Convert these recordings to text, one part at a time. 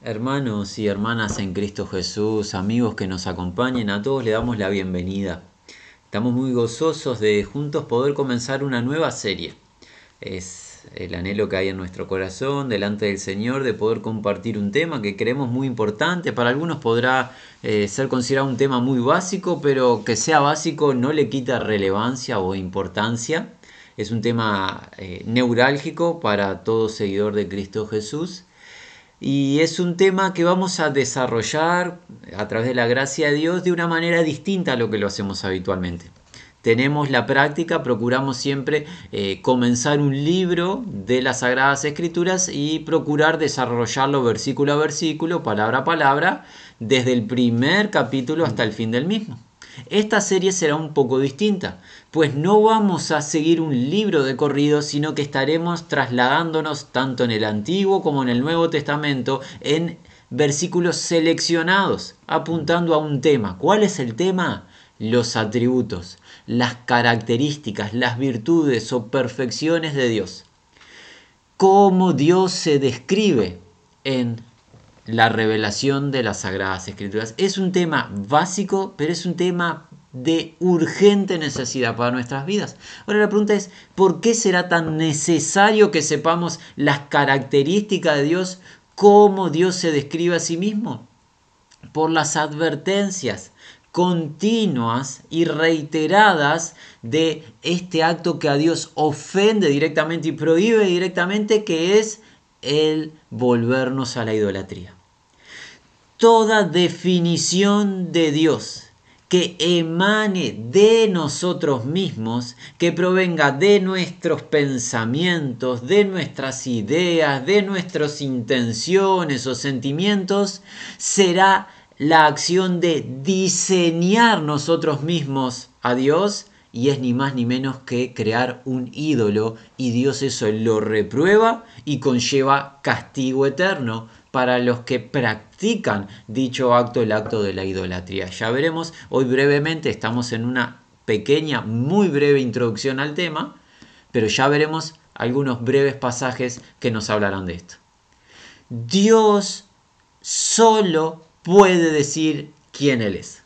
Hermanos y hermanas en Cristo Jesús, amigos que nos acompañen, a todos le damos la bienvenida. Estamos muy gozosos de juntos poder comenzar una nueva serie. Es el anhelo que hay en nuestro corazón delante del Señor de poder compartir un tema que creemos muy importante. Para algunos podrá ser considerado un tema muy básico, pero que sea básico no le quita relevancia o importancia. Es un tema neurálgico para todo seguidor de Cristo Jesús. Y es un tema que vamos a desarrollar a través de la gracia de Dios de una manera distinta a lo que lo hacemos habitualmente. Tenemos la práctica, procuramos siempre comenzar un libro de las Sagradas Escrituras y procurar desarrollarlo versículo a versículo, palabra a palabra, desde el primer capítulo hasta el fin del mismo. Esta serie será un poco distinta, pues no vamos a seguir un libro de corrido, sino que estaremos trasladándonos tanto en el Antiguo como en el Nuevo Testamento en versículos seleccionados, apuntando a un tema. ¿Cuál es el tema? Los atributos, las características, las virtudes o perfecciones de Dios. Cómo Dios se describe en la revelación de las Sagradas Escrituras. Es un tema básico, pero es un tema de urgente necesidad para nuestras vidas. Ahora la pregunta es, ¿por qué será tan necesario que sepamos las características de Dios, cómo Dios se describe a sí mismo? Por las advertencias continuas y reiteradas de este acto que a Dios ofende directamente y prohíbe directamente, que es el volvernos a la idolatría. Toda definición de Dios que emane de nosotros mismos, que provenga de nuestros pensamientos, de nuestras ideas, de nuestras intenciones o sentimientos, será la acción de diseñar nosotros mismos a Dios, y es ni más ni menos que crear un ídolo, y Dios eso lo reprueba y conlleva castigo eterno para los que practican dicho acto, el acto de la idolatría. Ya veremos, hoy brevemente estamos en una pequeña, muy breve introducción al tema, pero ya veremos algunos breves pasajes que nos hablarán de esto. Dios solo puede decir quién Él es.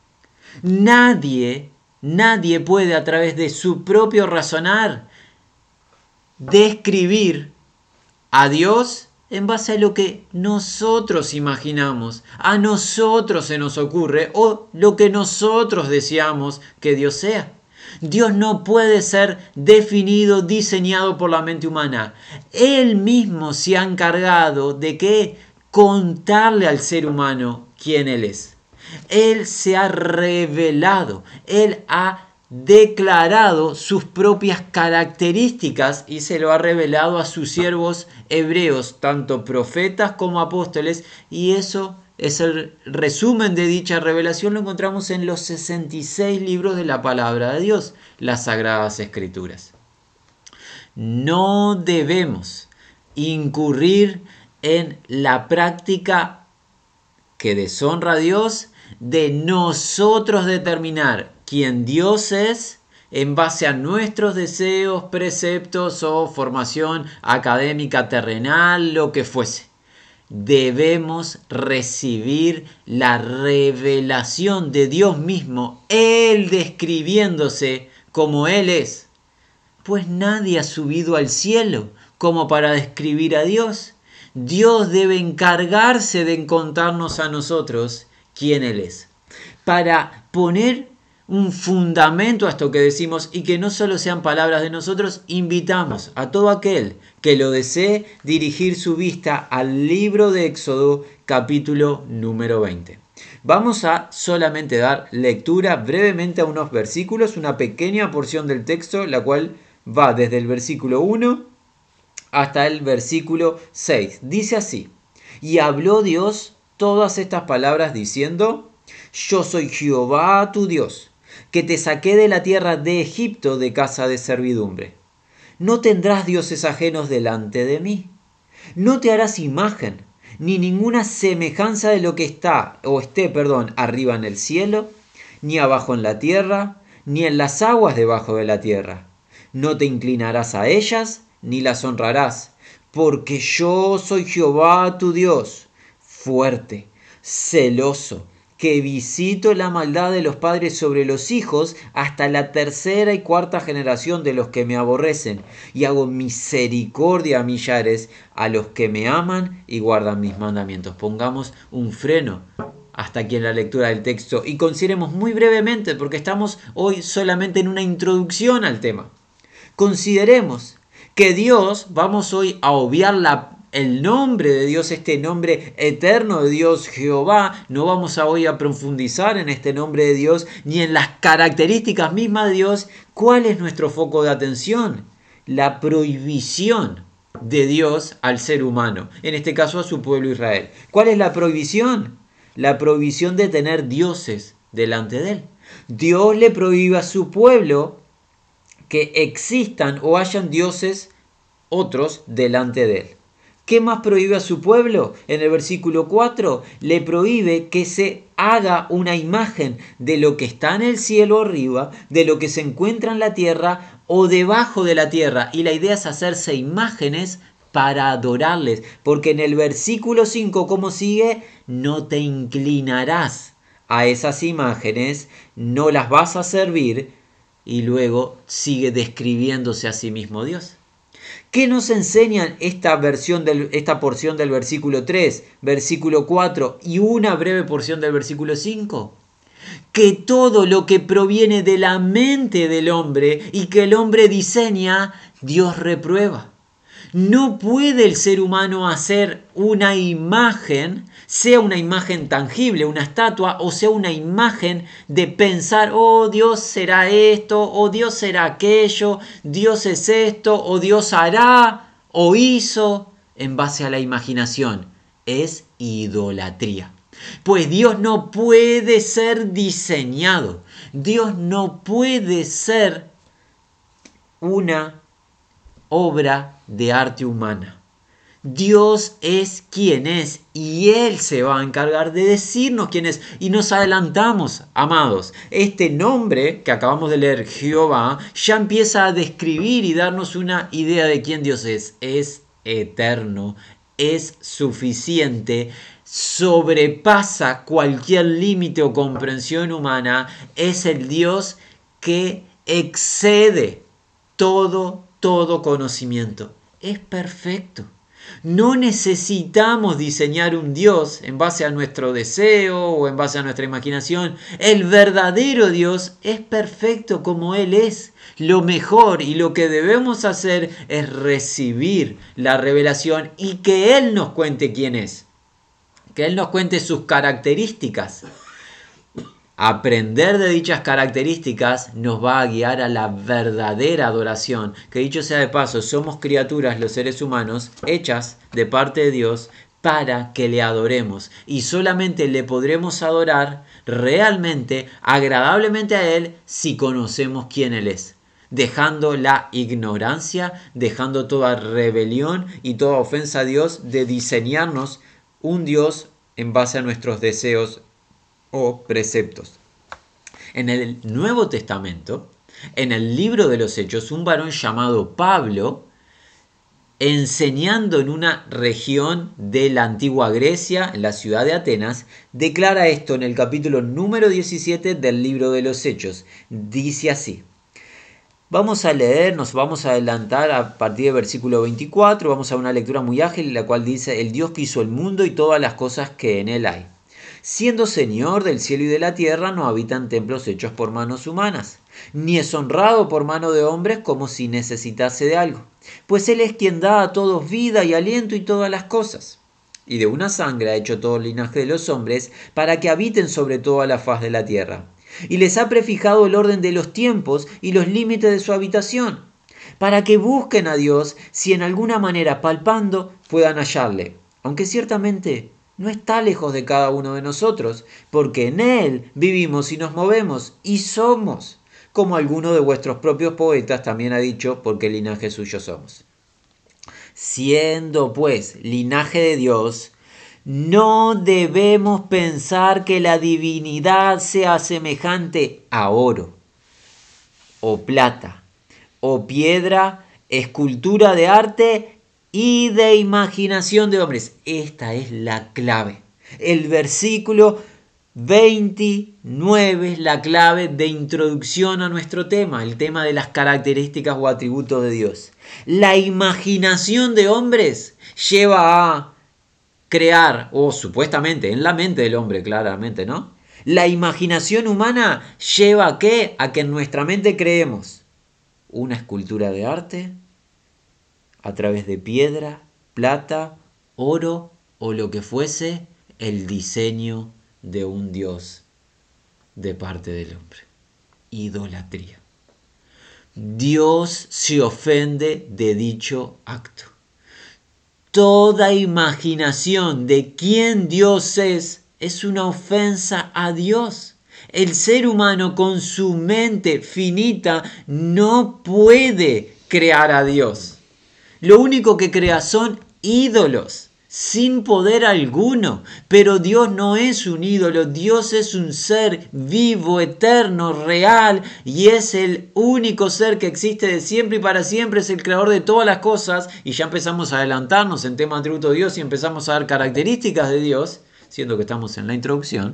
Nadie puede a través de su propio razonar describir a Dios en base a lo que nosotros imaginamos, a nosotros se nos ocurre o lo que nosotros deseamos que Dios sea. Dios no puede ser definido, diseñado por la mente humana. Él mismo se ha encargado de que contarle al ser humano quién Él es. Él se ha revelado, Él ha declarado sus propias características y se lo ha revelado a sus siervos hebreos, tanto profetas como apóstoles, y eso es el resumen de dicha revelación. Lo encontramos en los 66 libros de la palabra de Dios, las Sagradas Escrituras. No debemos incurrir en la práctica que deshonra a Dios de nosotros determinar quién Dios es en base a nuestros deseos, preceptos o formación académica terrenal, lo que fuese. Debemos recibir la revelación de Dios mismo, Él describiéndose como Él es. Pues nadie ha subido al cielo como para describir a Dios. Dios debe encargarse de contarnos a nosotros quién Él es. Para poner un fundamento a esto que decimos y que no solo sean palabras de nosotros, invitamos a todo aquel que lo desee dirigir su vista al libro de Éxodo, capítulo número 20. Vamos a solamente dar lectura brevemente a unos versículos, una pequeña porción del texto, la cual va desde el versículo 1 hasta el versículo 6. Dice así: y habló Dios todas estas palabras diciendo: yo soy Jehová tu Dios, que te saqué de la tierra de Egipto, de casa de servidumbre. No tendrás dioses ajenos delante de mí. No te harás imagen, ni ninguna semejanza de lo que esté arriba en el cielo, ni abajo en la tierra, ni en las aguas debajo de la tierra. No te inclinarás a ellas, ni las honrarás, porque yo soy Jehová tu Dios, fuerte, celoso, que visito la maldad de los padres sobre los hijos hasta la tercera y cuarta generación de los que me aborrecen, y hago misericordia a millares, a los que me aman y guardan mis mandamientos. Pongamos un freno hasta aquí en la lectura del texto y consideremos muy brevemente, porque estamos hoy solamente en una introducción al tema. Consideremos que Dios, vamos hoy a obviar el nombre de Dios, este nombre eterno de Dios, Jehová. No vamos hoy a profundizar en este nombre de Dios ni en las características mismas de Dios. ¿Cuál es nuestro foco de atención? La prohibición de Dios al ser humano, en este caso a su pueblo Israel. ¿Cuál es la prohibición? La prohibición de tener dioses delante de él. Dios le prohíbe a su pueblo que existan o hayan dioses otros delante de él. ¿Qué más prohíbe a su pueblo? En el versículo 4 le prohíbe que se haga una imagen de lo que está en el cielo arriba, de lo que se encuentra en la tierra o debajo de la tierra. Y la idea es hacerse imágenes para adorarles. Porque en el versículo 5, ¿cómo sigue? No te inclinarás a esas imágenes, no las vas a servir. Y luego sigue describiéndose a sí mismo Dios. ¿Qué nos enseña esta porción del versículo 3, versículo 4 y una breve porción del versículo 5? Que todo lo que proviene de la mente del hombre y que el hombre diseña, Dios reprueba. No puede el ser humano hacer una imagen, sea una imagen tangible, una estatua, o sea una imagen de pensar, oh, Dios será esto, o Dios será aquello, Dios es esto, o Dios hará, o hizo, en base a la imaginación. Es idolatría. Pues Dios no puede ser diseñado. Dios no puede ser una obra de arte humana. Dios es quien es y Él se va a encargar de decirnos quién es. Y nos adelantamos, amados. Este nombre que acabamos de leer, Jehová, ya empieza a describir y darnos una idea de quién Dios es. Es eterno, es suficiente, sobrepasa cualquier límite o comprensión humana. Es el Dios que excede todo conocimiento. Es perfecto. No necesitamos diseñar un Dios en base a nuestro deseo o en base a nuestra imaginación. El verdadero Dios es perfecto como Él es. Lo mejor y lo que debemos hacer es recibir la revelación y que Él nos cuente quién es. Que Él nos cuente sus características. Aprender de dichas características nos va a guiar a la verdadera adoración, que dicho sea de paso, somos criaturas los seres humanos hechas de parte de Dios para que le adoremos y solamente le podremos adorar realmente, agradablemente a Él si conocemos quién Él es, dejando la ignorancia, dejando toda rebelión y toda ofensa a Dios de diseñarnos un Dios en base a nuestros deseos o preceptos. En el Nuevo Testamento, en el libro de los Hechos, un varón llamado Pablo, enseñando en una región de la antigua Grecia, en la ciudad de Atenas, declara esto en el capítulo número 17 del libro de los Hechos. Dice así. Vamos a leer, nos vamos a adelantar a partir del versículo 24, vamos a una lectura muy ágil, la cual dice: el Dios que hizo el mundo y todas las cosas que en él hay. Siendo Señor del cielo y de la tierra, no habita en templos hechos por manos humanas, ni es honrado por mano de hombres como si necesitase de algo, pues Él es quien da a todos vida y aliento y todas las cosas. Y de una sangre ha hecho todo el linaje de los hombres, para que habiten sobre toda la faz de la tierra. Y les ha prefijado el orden de los tiempos y los límites de su habitación, para que busquen a Dios, si en alguna manera palpando puedan hallarle, aunque ciertamente no está lejos de cada uno de nosotros, porque en Él vivimos y nos movemos y somos, como alguno de vuestros propios poetas también ha dicho, porque linaje suyo somos. Siendo pues linaje de Dios, no debemos pensar que la divinidad sea semejante a oro, o plata, o piedra, escultura de arte y de imaginación de hombres. Esta es la clave. El versículo 29 es la clave de introducción a nuestro tema, el tema de las características o atributos de Dios. La imaginación de hombres lleva a crear, o supuestamente en la mente del hombre, claramente, ¿no? La imaginación humana lleva a ¿qué? A que en nuestra mente creemos una escultura de arte a través de piedra, plata, oro o lo que fuese, el diseño de un Dios de parte del hombre. Idolatría. Dios se ofende de dicho acto. Toda imaginación de quién Dios es una ofensa a Dios. El ser humano con su mente finita no puede crear a Dios. Lo único que crea son ídolos, sin poder alguno. Pero Dios no es un ídolo, Dios es un ser vivo, eterno, real, y es el único ser que existe de siempre y para siempre, es el creador de todas las cosas. Y ya empezamos a adelantarnos en tema de atributo de Dios y empezamos a dar características de Dios, siendo que estamos en la introducción.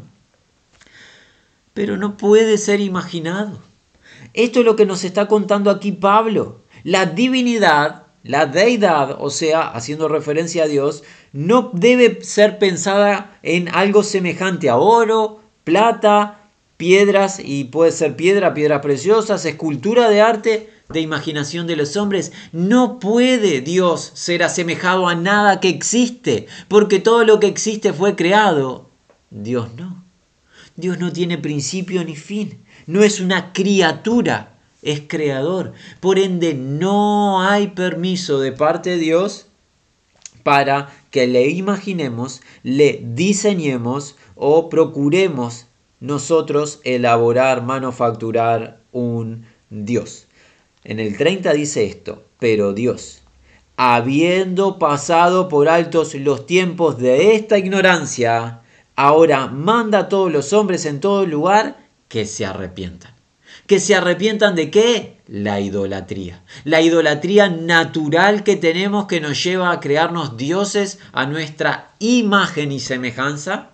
Pero no puede ser imaginado. Esto es lo que nos está contando aquí Pablo. La divinidad, la deidad, o sea, haciendo referencia a Dios, no debe ser pensada en algo semejante a oro, plata, piedras, y puede ser piedras preciosas, escultura de arte, de imaginación de los hombres. No puede Dios ser asemejado a nada que existe, porque todo lo que existe fue creado. Dios no. Dios no tiene principio ni fin. No es una criatura, es creador. Por ende, no hay permiso de parte de Dios para que le imaginemos, le diseñemos o procuremos nosotros elaborar, manufacturar un Dios. En el 30 dice esto: pero Dios, habiendo pasado por altos los tiempos de esta ignorancia, ahora manda a todos los hombres en todo lugar que se arrepientan. ¿Que se arrepientan de qué? La idolatría. La idolatría natural que tenemos, que nos lleva a crearnos dioses a nuestra imagen y semejanza,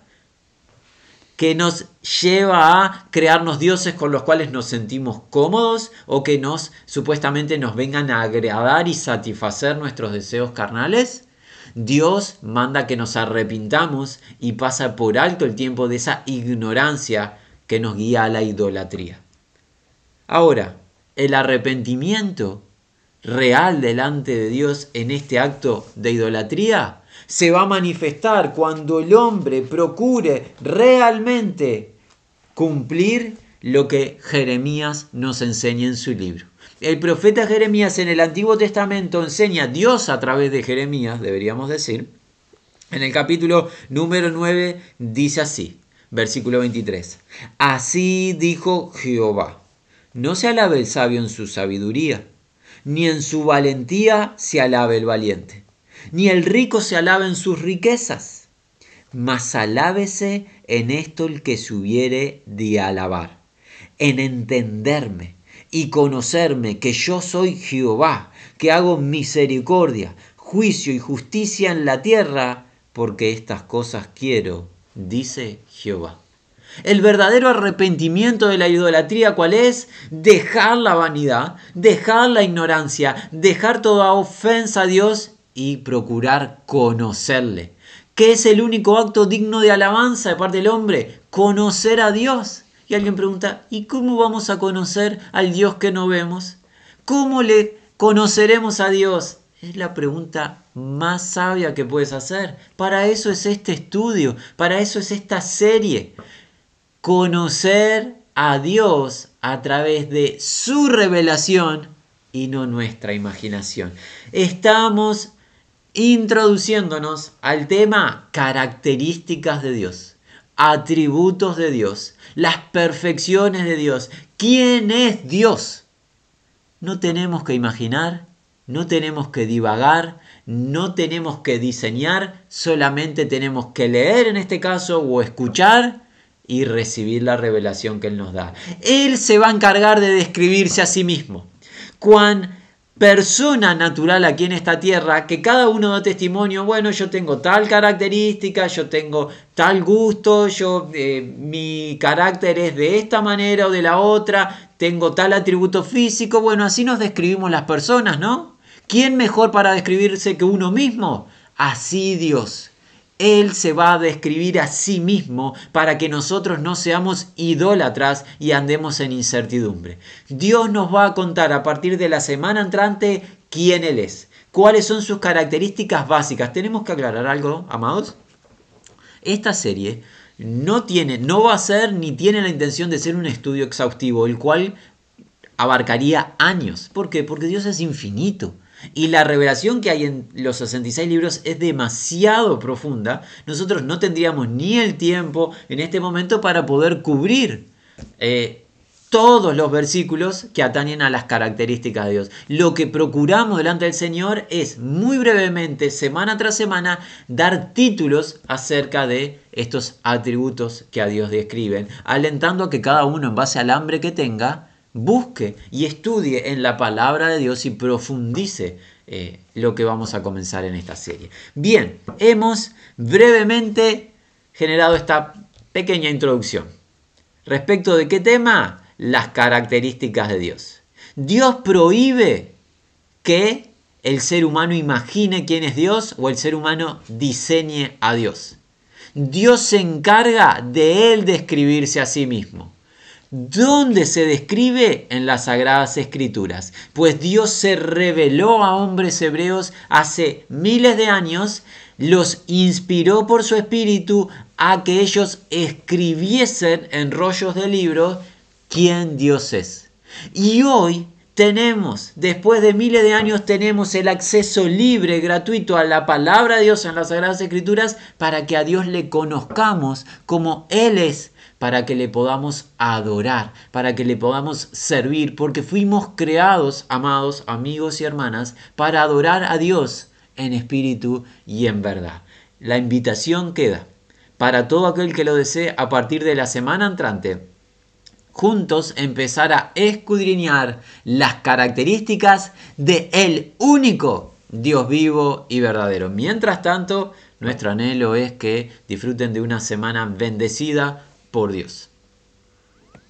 que nos lleva a crearnos dioses con los cuales nos sentimos cómodos o que supuestamente nos vengan a agradar y satisfacer nuestros deseos carnales. Dios manda que nos arrepintamos y pasa por alto el tiempo de esa ignorancia que nos guía a la idolatría. Ahora, el arrepentimiento real delante de Dios en este acto de idolatría se va a manifestar cuando el hombre procure realmente cumplir lo que Jeremías nos enseña en su libro. El profeta Jeremías en el Antiguo Testamento enseña, Dios a través de Jeremías, deberíamos decir, en el capítulo número 9 dice así, versículo 23. Así dijo Jehová, no se alabe el sabio en su sabiduría, ni en su valentía se alabe el valiente, ni el rico se alabe en sus riquezas, mas alábese en esto el que se hubiere de alabar, en entenderme y conocerme que yo soy Jehová, que hago misericordia, juicio y justicia en la tierra, porque estas cosas quiero, dice Jehová. El verdadero arrepentimiento de la idolatría, ¿cuál es? Dejar la vanidad, dejar la ignorancia, dejar toda ofensa a Dios y procurar conocerle. ¿Qué es el único acto digno de alabanza de parte del hombre? Conocer a Dios. Y alguien pregunta, ¿y cómo vamos a conocer al Dios que no vemos? ¿Cómo le conoceremos a Dios? Es la pregunta más sabia que puedes hacer. Para eso es este estudio, para eso es esta serie. Conocer a Dios a través de su revelación y no nuestra imaginación. Estamos introduciéndonos al tema características de Dios, atributos de Dios, las perfecciones de Dios. ¿Quién es Dios? No tenemos que imaginar, no tenemos que divagar, no tenemos que diseñar, solamente tenemos que leer en este caso o escuchar y recibir la revelación que Él nos da. Él se va a encargar de describirse a sí mismo. Cuán persona natural aquí en esta tierra, que cada uno da testimonio, bueno, yo tengo tal característica, yo tengo tal gusto, mi carácter es de esta manera o de la otra, tengo tal atributo físico, bueno, así nos describimos las personas, ¿no? ¿Quién mejor para describirse que uno mismo? Así Dios. Él se va a describir a sí mismo para que nosotros no seamos idólatras y andemos en incertidumbre. Dios nos va a contar a partir de la semana entrante quién Él es, cuáles son sus características básicas. Tenemos que aclarar algo, amados. Esta serie no va a ser ni tiene la intención de ser un estudio exhaustivo, el cual abarcaría años. ¿Por qué? Porque Dios es infinito. Y la revelación que hay en los 66 libros es demasiado profunda. Nosotros no tendríamos ni el tiempo en este momento para poder cubrir todos los versículos que atañen a las características de Dios. Lo que procuramos delante del Señor es muy brevemente, semana tras semana, dar títulos acerca de estos atributos que a Dios describen, alentando a que cada uno, en base al hambre que tenga, busque y estudie en la palabra de Dios y profundice lo que vamos a comenzar en esta serie. Bien, hemos brevemente generado esta pequeña introducción. ¿Respecto de qué tema? Las características de Dios. Dios prohíbe que el ser humano imagine quién es Dios o el ser humano diseñe a Dios. Dios se encarga de él describirse a sí mismo. ¿Dónde se describe? En las Sagradas Escrituras. Pues Dios se reveló a hombres hebreos hace miles de años, los inspiró por su espíritu a que ellos escribiesen en rollos de libros quién Dios es. Y hoy después de miles de años, tenemos el acceso libre, gratuito a la palabra de Dios en las Sagradas Escrituras para que a Dios le conozcamos como Él es, para que le podamos adorar, para que le podamos servir, porque fuimos creados, amados amigos y hermanas, para adorar a Dios en espíritu y en verdad. La invitación queda para todo aquel que lo desee a partir de la semana entrante. Juntos empezar a escudriñar las características de el único Dios vivo y verdadero. Mientras tanto, nuestro anhelo es que disfruten de una semana bendecida por Dios.